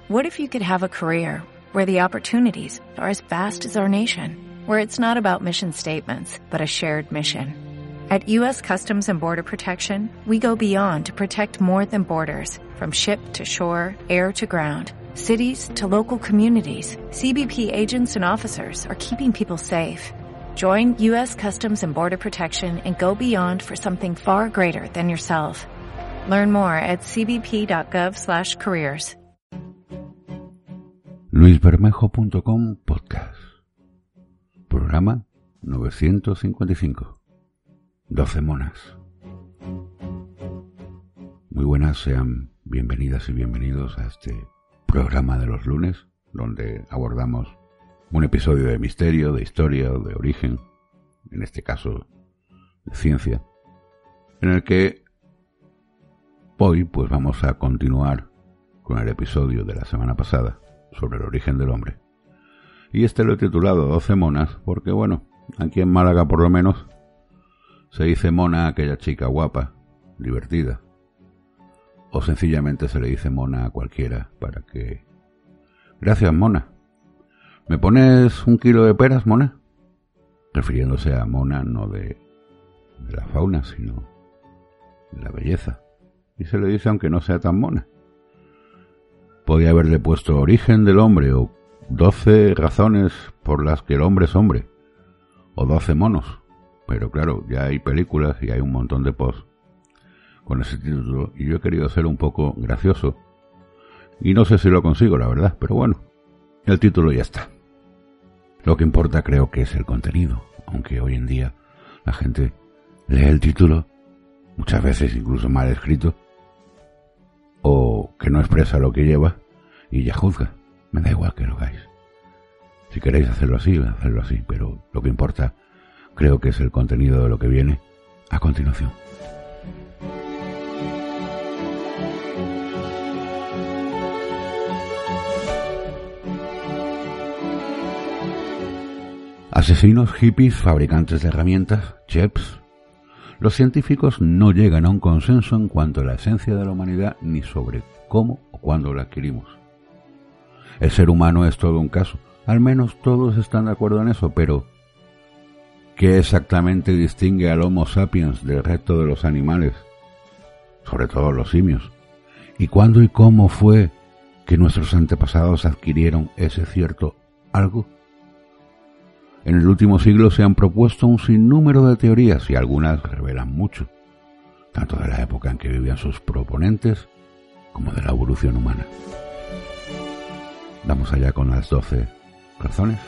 What if you could have a career where the opportunities are as vast as our nation, where it's not about mission statements, but a shared mission? At U.S. Customs and Border Protection, we go beyond to protect more than borders, from ship to shore, air to ground, cities to local communities. CBP agents and officers are keeping people safe. Join U.S. Customs and Border Protection and go beyond for something far greater than yourself. Learn more at cbp.gov/careers. luisbermejo.com Podcast. Programa 955. 12 monas. Muy buenas, sean bienvenidas y bienvenidos a este programa de los lunes, donde abordamos un episodio de misterio, de historia o de origen, en este caso de ciencia, en el que hoy pues vamos a continuar con el episodio de la semana pasada sobre el origen del hombre. Y este lo he titulado 12 monas porque, bueno, aquí en Málaga por lo menos se dice mona a aquella chica guapa, divertida, o sencillamente se le dice mona a cualquiera para que... Gracias, mona. ¿Me pones 1 kilo de peras, mona? Refiriéndose a mona no de la fauna, sino de la belleza. Y se le dice aunque no sea tan mona. Podía haberle puesto origen del hombre, o 12 razones por las que el hombre es hombre, o 12 monos. Pero claro, ya hay películas y hay un montón de posts con ese título, y yo he querido ser un poco gracioso. Y no sé si lo consigo, la verdad, pero bueno, el título ya está. Lo que importa creo que es el contenido, aunque hoy en día la gente lee el título, muchas veces incluso mal escrito, o que no expresa lo que lleva, y ya juzga. Me da igual que lo hagáis. Si queréis hacerlo así, pero lo que importa creo que es el contenido de lo que viene a continuación. Asesinos, hippies, fabricantes de herramientas, chefs. Los científicos no llegan a un consenso en cuanto a la esencia de la humanidad ni sobre cómo o cuándo la adquirimos. El ser humano es todo un caso, al menos todos están de acuerdo en eso, pero ¿qué exactamente distingue al Homo sapiens del resto de los animales, sobre todo los simios? ¿Y cuándo y cómo fue que nuestros antepasados adquirieron ese cierto algo? En el último siglo se han propuesto un sinnúmero de teorías y algunas revelan mucho, tanto de la época en que vivían sus proponentes como de la evolución humana. Vamos allá con las 12 razones.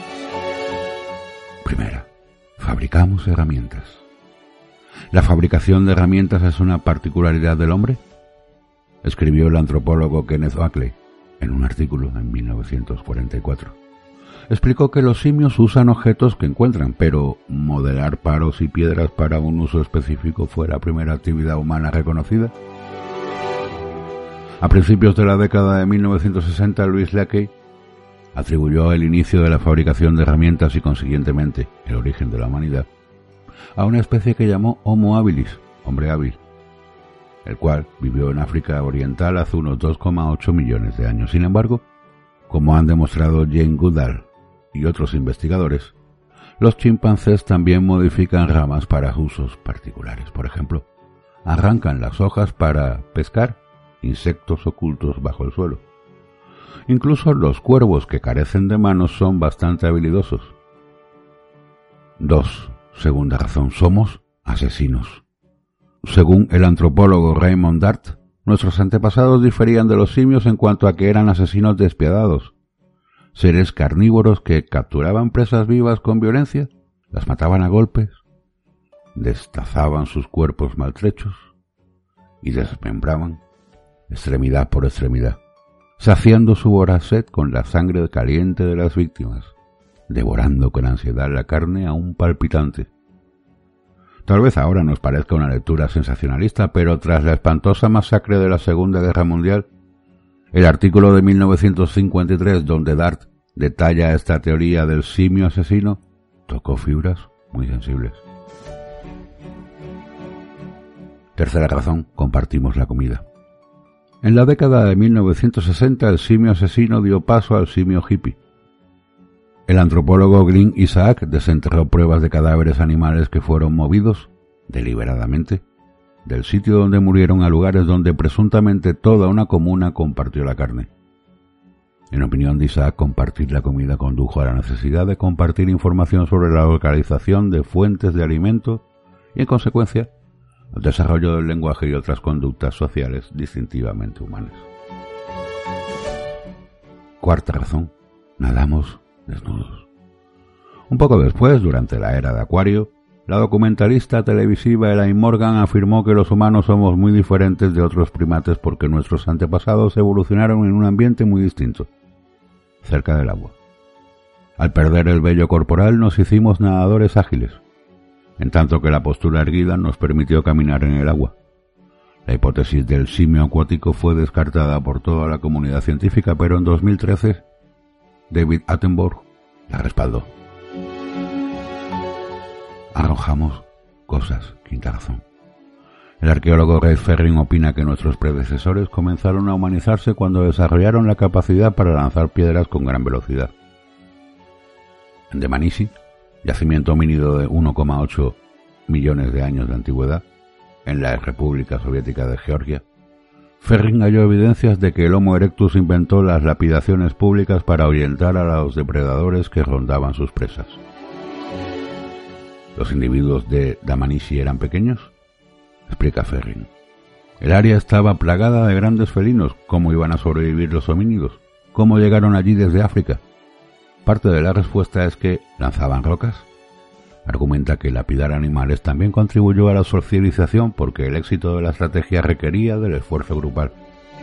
Primera, fabricamos herramientas. ¿La fabricación de herramientas es una particularidad del hombre?, escribió el antropólogo Kenneth Oakley en un artículo en 1944. Explicó que los simios usan objetos que encuentran, pero modelar palos y piedras para un uso específico fue la primera actividad humana reconocida. A principios de la década de 1960, Louis Leakey atribuyó el inicio de la fabricación de herramientas y, consiguientemente, el origen de la humanidad a una especie que llamó Homo habilis, hombre hábil, el cual vivió en África Oriental hace unos 2,8 millones de años. Sin embargo, como han demostrado Jane Goodall y otros investigadores, los chimpancés también modifican ramas para usos particulares. Por ejemplo, arrancan las hojas para pescar insectos ocultos bajo el suelo. Incluso los cuervos que carecen de manos son bastante habilidosos. 2. Segunda razón, somos asesinos. Según el antropólogo Raymond Dart, nuestros antepasados diferían de los simios en cuanto a que eran asesinos despiadados, seres carnívoros que capturaban presas vivas con violencia, las mataban a golpes, destazaban sus cuerpos maltrechos y desmembraban extremidad por extremidad, saciando su voraz sed con la sangre caliente de las víctimas, devorando con ansiedad la carne aún palpitante. Tal vez ahora nos parezca una lectura sensacionalista, pero tras la espantosa masacre de la Segunda Guerra Mundial, el artículo de 1953 donde Dart detalla esta teoría del simio asesino tocó fibras muy sensibles. Tercera razón, compartimos la comida. En la década de 1960 el simio asesino dio paso al simio hippie. El antropólogo Glyn Isaac desenterró pruebas de cadáveres animales que fueron movidos, deliberadamente, del sitio donde murieron a lugares donde presuntamente toda una comuna compartió la carne. En opinión de Isaac, compartir la comida condujo a la necesidad de compartir información sobre la localización de fuentes de alimento y, en consecuencia, al desarrollo del lenguaje y otras conductas sociales distintivamente humanas. Cuarta razón: nadamos desnudos. Un poco después, durante la era de Acuario, la documentalista televisiva Elaine Morgan afirmó que los humanos somos muy diferentes de otros primates porque nuestros antepasados evolucionaron en un ambiente muy distinto, cerca del agua. Al perder el vello corporal nos hicimos nadadores ágiles, en tanto que la postura erguida nos permitió caminar en el agua. La hipótesis del simio acuático fue descartada por toda la comunidad científica, pero en 2013 David Attenborough la respaldó. Arrojamos cosas. Quinta razón. El arqueólogo Ray Ferrin opina que nuestros predecesores comenzaron a humanizarse cuando desarrollaron la capacidad para lanzar piedras con gran velocidad. En Dmanisi, yacimiento homínido de 1,8 millones de años de antigüedad, en la República Soviética de Georgia, Ferrin halló evidencias de que el Homo erectus inventó las lapidaciones públicas para ahuyentar a los depredadores que rondaban sus presas. ¿Los individuos de Dmanisi eran pequeños? Explica Ferrin. El área estaba plagada de grandes felinos. ¿Cómo iban a sobrevivir los homínidos? ¿Cómo llegaron allí desde África? Parte de la respuesta es que lanzaban rocas. Argumenta que lapidar animales también contribuyó a la socialización porque el éxito de la estrategia requería del esfuerzo grupal.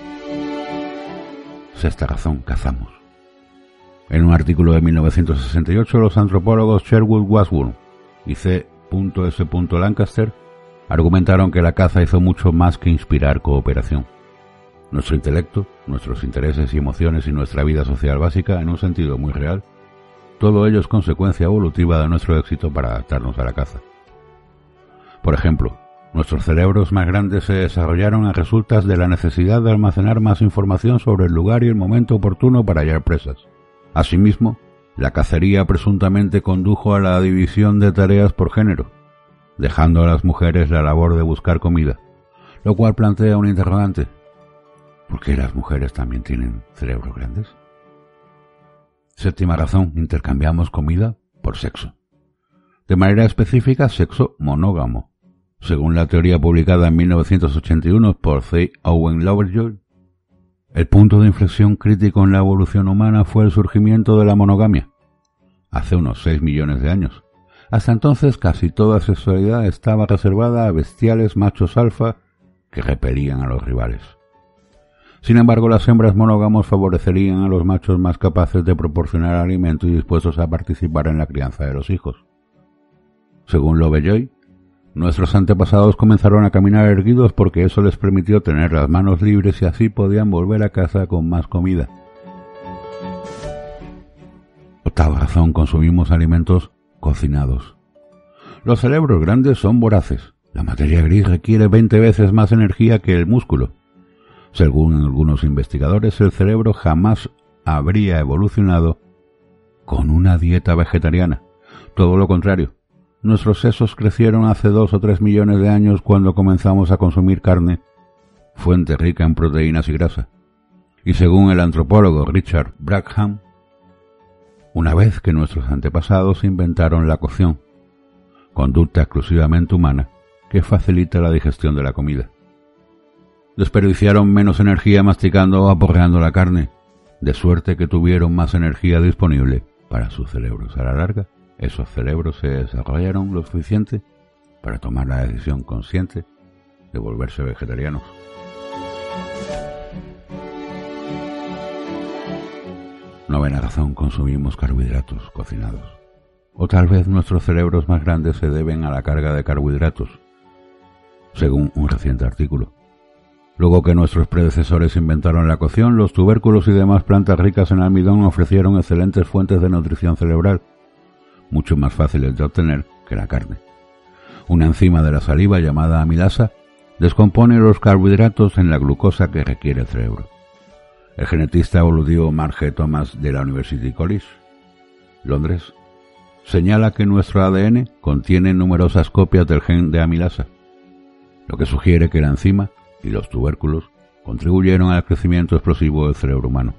Sexta razón: cazamos. En un artículo de 1968, los antropólogos Sherwood Wasburn y C.S. Lancaster argumentaron que la caza hizo mucho más que inspirar cooperación. Nuestro intelecto, nuestros intereses y emociones y nuestra vida social básica, en un sentido muy real, todo ello es consecuencia evolutiva de nuestro éxito para adaptarnos a la caza. Por ejemplo, nuestros cerebros más grandes se desarrollaron a resultas de la necesidad de almacenar más información sobre el lugar y el momento oportuno para hallar presas. Asimismo, la cacería presuntamente condujo a la división de tareas por género, dejando a las mujeres la labor de buscar comida, lo cual plantea un interrogante: ¿por qué las mujeres también tienen cerebros grandes? Séptima razón: intercambiamos comida por sexo. De manera específica, sexo monógamo. Según la teoría publicada en 1981 por C. Owen Lovejoy, el punto de inflexión crítico en la evolución humana fue el surgimiento de la monogamia, hace unos 6 millones de años. Hasta entonces casi toda sexualidad estaba reservada a bestiales machos alfa que repelían a los rivales. Sin embargo, las hembras monógamos favorecerían a los machos más capaces de proporcionar alimento y dispuestos a participar en la crianza de los hijos. Según Lovejoy, nuestros antepasados comenzaron a caminar erguidos porque eso les permitió tener las manos libres y así podían volver a casa con más comida. Octava razón: consumimos alimentos cocinados. Los cerebros grandes son voraces. La materia gris requiere 20 veces más energía que el músculo. Según algunos investigadores, el cerebro jamás habría evolucionado con una dieta vegetariana. Todo lo contrario. Nuestros sesos crecieron hace 2 o 3 millones de años cuando comenzamos a consumir carne, fuente rica en proteínas y grasa. Y según el antropólogo Richard Brackham, una vez que nuestros antepasados inventaron la cocción, conducta exclusivamente humana que facilita la digestión de la comida. Desperdiciaron menos energía masticando o aporreando la carne, de suerte que tuvieron más energía disponible para sus cerebros. A la larga, esos cerebros se desarrollaron lo suficiente para tomar la decisión consciente de volverse vegetarianos. Novena razón: consumimos carbohidratos cocinados. O tal vez nuestros cerebros más grandes se deben a la carga de carbohidratos, según un reciente artículo. Luego que nuestros predecesores inventaron la cocción, los tubérculos y demás plantas ricas en almidón ofrecieron excelentes fuentes de nutrición cerebral, mucho más fáciles de obtener que la carne. Una enzima de la saliva llamada amilasa descompone los carbohidratos en la glucosa que requiere el cerebro. El genetista evolutivo Mark G. Thomas de la University College, Londres, señala que nuestro ADN contiene numerosas copias del gen de amilasa, lo que sugiere que la enzima y los tubérculos contribuyeron al crecimiento explosivo del cerebro humano.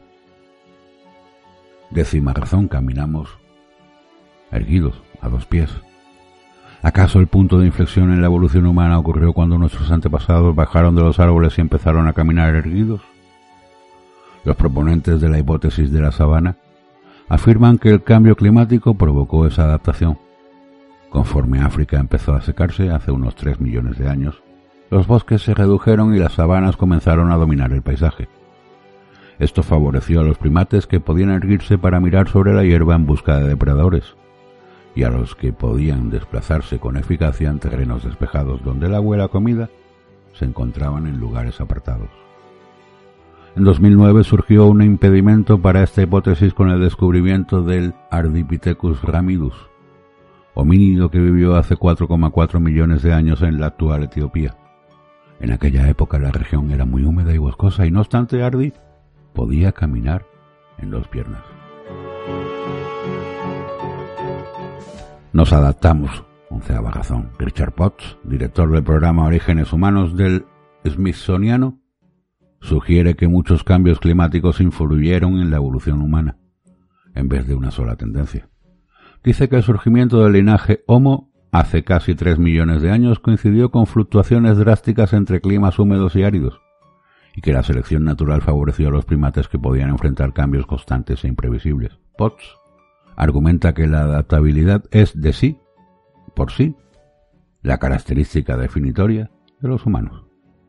10ª razón, caminamos erguidos, a 2 pies. ¿Acaso el punto de inflexión en la evolución humana ocurrió cuando nuestros antepasados bajaron de los árboles y empezaron a caminar erguidos? Los proponentes de la hipótesis de la sabana afirman que el cambio climático provocó esa adaptación. Conforme África empezó a secarse hace unos 3 millones de años, los bosques se redujeron y las sabanas comenzaron a dominar el paisaje. Esto favoreció a los primates que podían erguirse para mirar sobre la hierba en busca de depredadores, y a los que podían desplazarse con eficacia en terrenos despejados donde el agua y la comida se encontraban en lugares apartados. En 2009 surgió un impedimento para esta hipótesis con el descubrimiento del Ardipithecus ramidus, homínido que vivió hace 4,4 millones de años en la actual Etiopía. En aquella época la región era muy húmeda y boscosa y no obstante Ardi podía caminar en 2 piernas. Nos adaptamos, 11ª razón. Richard Potts, director del programa Orígenes Humanos del Smithsoniano, sugiere que muchos cambios climáticos influyeron en la evolución humana, en vez de una sola tendencia. Dice que el surgimiento del linaje Homo hace casi 3 millones de años coincidió con fluctuaciones drásticas entre climas húmedos y áridos, y que la selección natural favoreció a los primates que podían enfrentar cambios constantes e imprevisibles. Potts argumenta que la adaptabilidad es de sí, por sí, la característica definitoria de los humanos.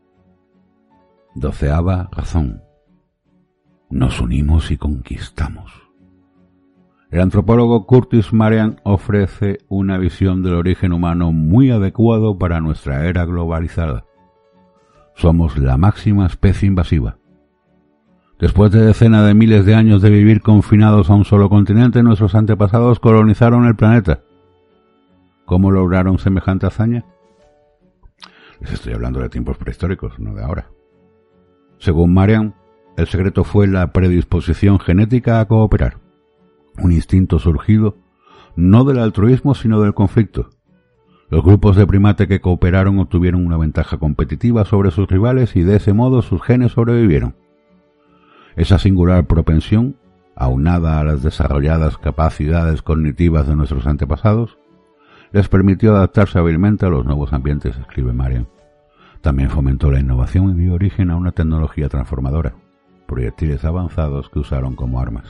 12ª razón. Nos unimos y conquistamos. El antropólogo Curtis Marian ofrece una visión del origen humano muy adecuado para nuestra era globalizada. Somos la máxima especie invasiva. Después de decenas de miles de años de vivir confinados a un solo continente, nuestros antepasados colonizaron el planeta. ¿Cómo lograron semejante hazaña? Les estoy hablando de tiempos prehistóricos, no de ahora. Según Marian, el secreto fue la predisposición genética a cooperar, un instinto surgido no del altruismo sino del conflicto. Los grupos de primate que cooperaron obtuvieron una ventaja competitiva sobre sus rivales y de ese modo sus genes sobrevivieron. Esa singular propensión, aunada a las desarrolladas capacidades cognitivas de nuestros antepasados, les permitió adaptarse hábilmente a los nuevos ambientes, escribe Marian. También fomentó la innovación y dio origen a una tecnología transformadora, proyectiles avanzados que usaron como armas.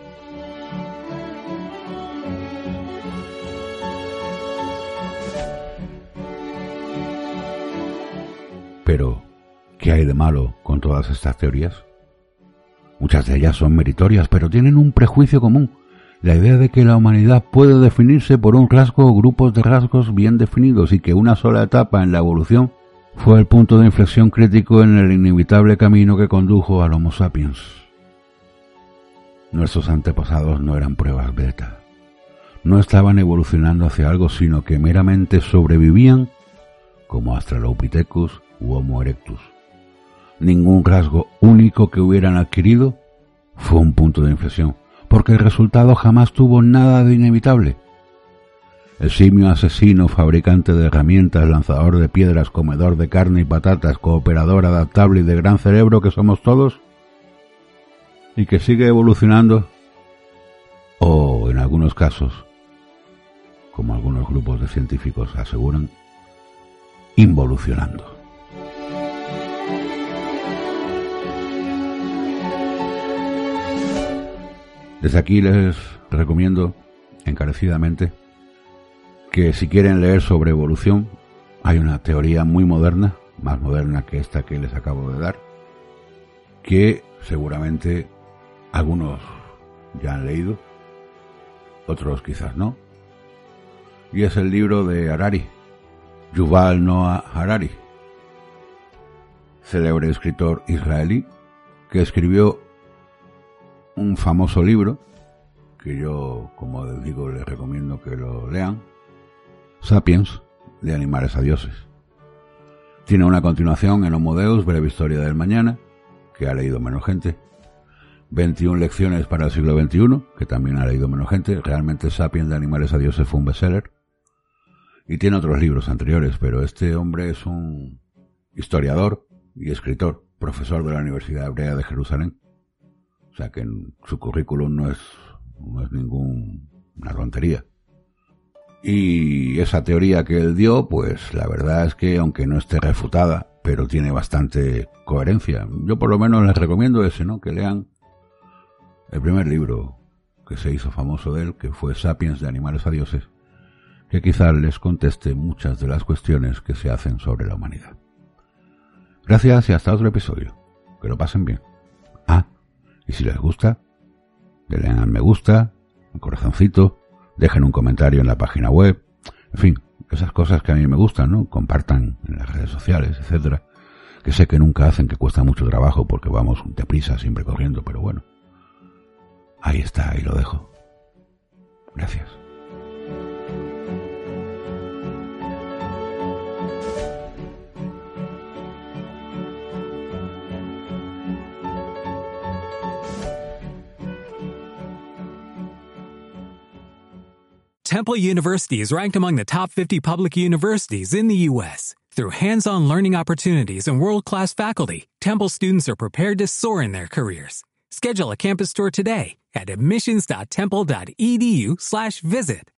Pero, ¿qué hay de malo con todas estas teorías? Muchas de ellas son meritorias, pero tienen un prejuicio común: la idea de que la humanidad puede definirse por un rasgo o grupos de rasgos bien definidos y que una sola etapa en la evolución fue el punto de inflexión crítico en el inevitable camino que condujo al Homo sapiens. Nuestros antepasados no eran pruebas beta. No estaban evolucionando hacia algo, sino que meramente sobrevivían como Australopithecus u Homo erectus. Ningún rasgo único que hubieran adquirido fue un punto de inflexión, porque el resultado jamás tuvo nada de inevitable. El simio asesino, fabricante de herramientas, lanzador de piedras, comedor de carne y patatas, cooperador adaptable y de gran cerebro que somos todos, y que sigue evolucionando, o en algunos casos, como algunos grupos de científicos aseguran, involucionando. Desde aquí les recomiendo encarecidamente que si quieren leer sobre evolución, hay una teoría muy moderna, más moderna que esta que les acabo de dar, que seguramente algunos ya han leído, otros quizás no, y es el libro de Harari, Yuval Noah Harari, célebre escritor israelí que escribió un famoso libro que yo, como les digo, les recomiendo que lo lean, Sapiens, de animales a dioses. Tiene una continuación en Homo Deus, breve historia del mañana, que ha leído menos gente. 21 lecciones para el siglo XXI, que también ha leído menos gente. Realmente Sapiens de animales a dioses fue un bestseller. Y tiene otros libros anteriores, pero este hombre es un historiador y escritor, profesor de la Universidad Hebrea de Jerusalén. O sea que en su currículum no es ninguna tontería. Y esa teoría que él dio, pues la verdad es que aunque no esté refutada, pero tiene bastante coherencia. Yo por lo menos les recomiendo ese, ¿no? Que lean el primer libro que se hizo famoso de él, que fue Sapiens de animales a dioses, que quizás les conteste muchas de las cuestiones que se hacen sobre la humanidad. Gracias y hasta otro episodio. Que lo pasen bien. Y si les gusta, denle al me gusta, un corazoncito, dejen un comentario en la página web, en fin, esas cosas que a mí me gustan, ¿no? Compartan en las redes sociales, etcétera, que sé que nunca hacen, que cuesta mucho trabajo porque vamos deprisa, siempre corriendo, pero bueno. Ahí está, ahí lo dejo. Gracias. Temple University is ranked among the top 50 public universities in the U.S. Through hands-on learning opportunities and world-class faculty, Temple students are prepared to soar in their careers. Schedule a campus tour today at admissions.temple.edu/visit.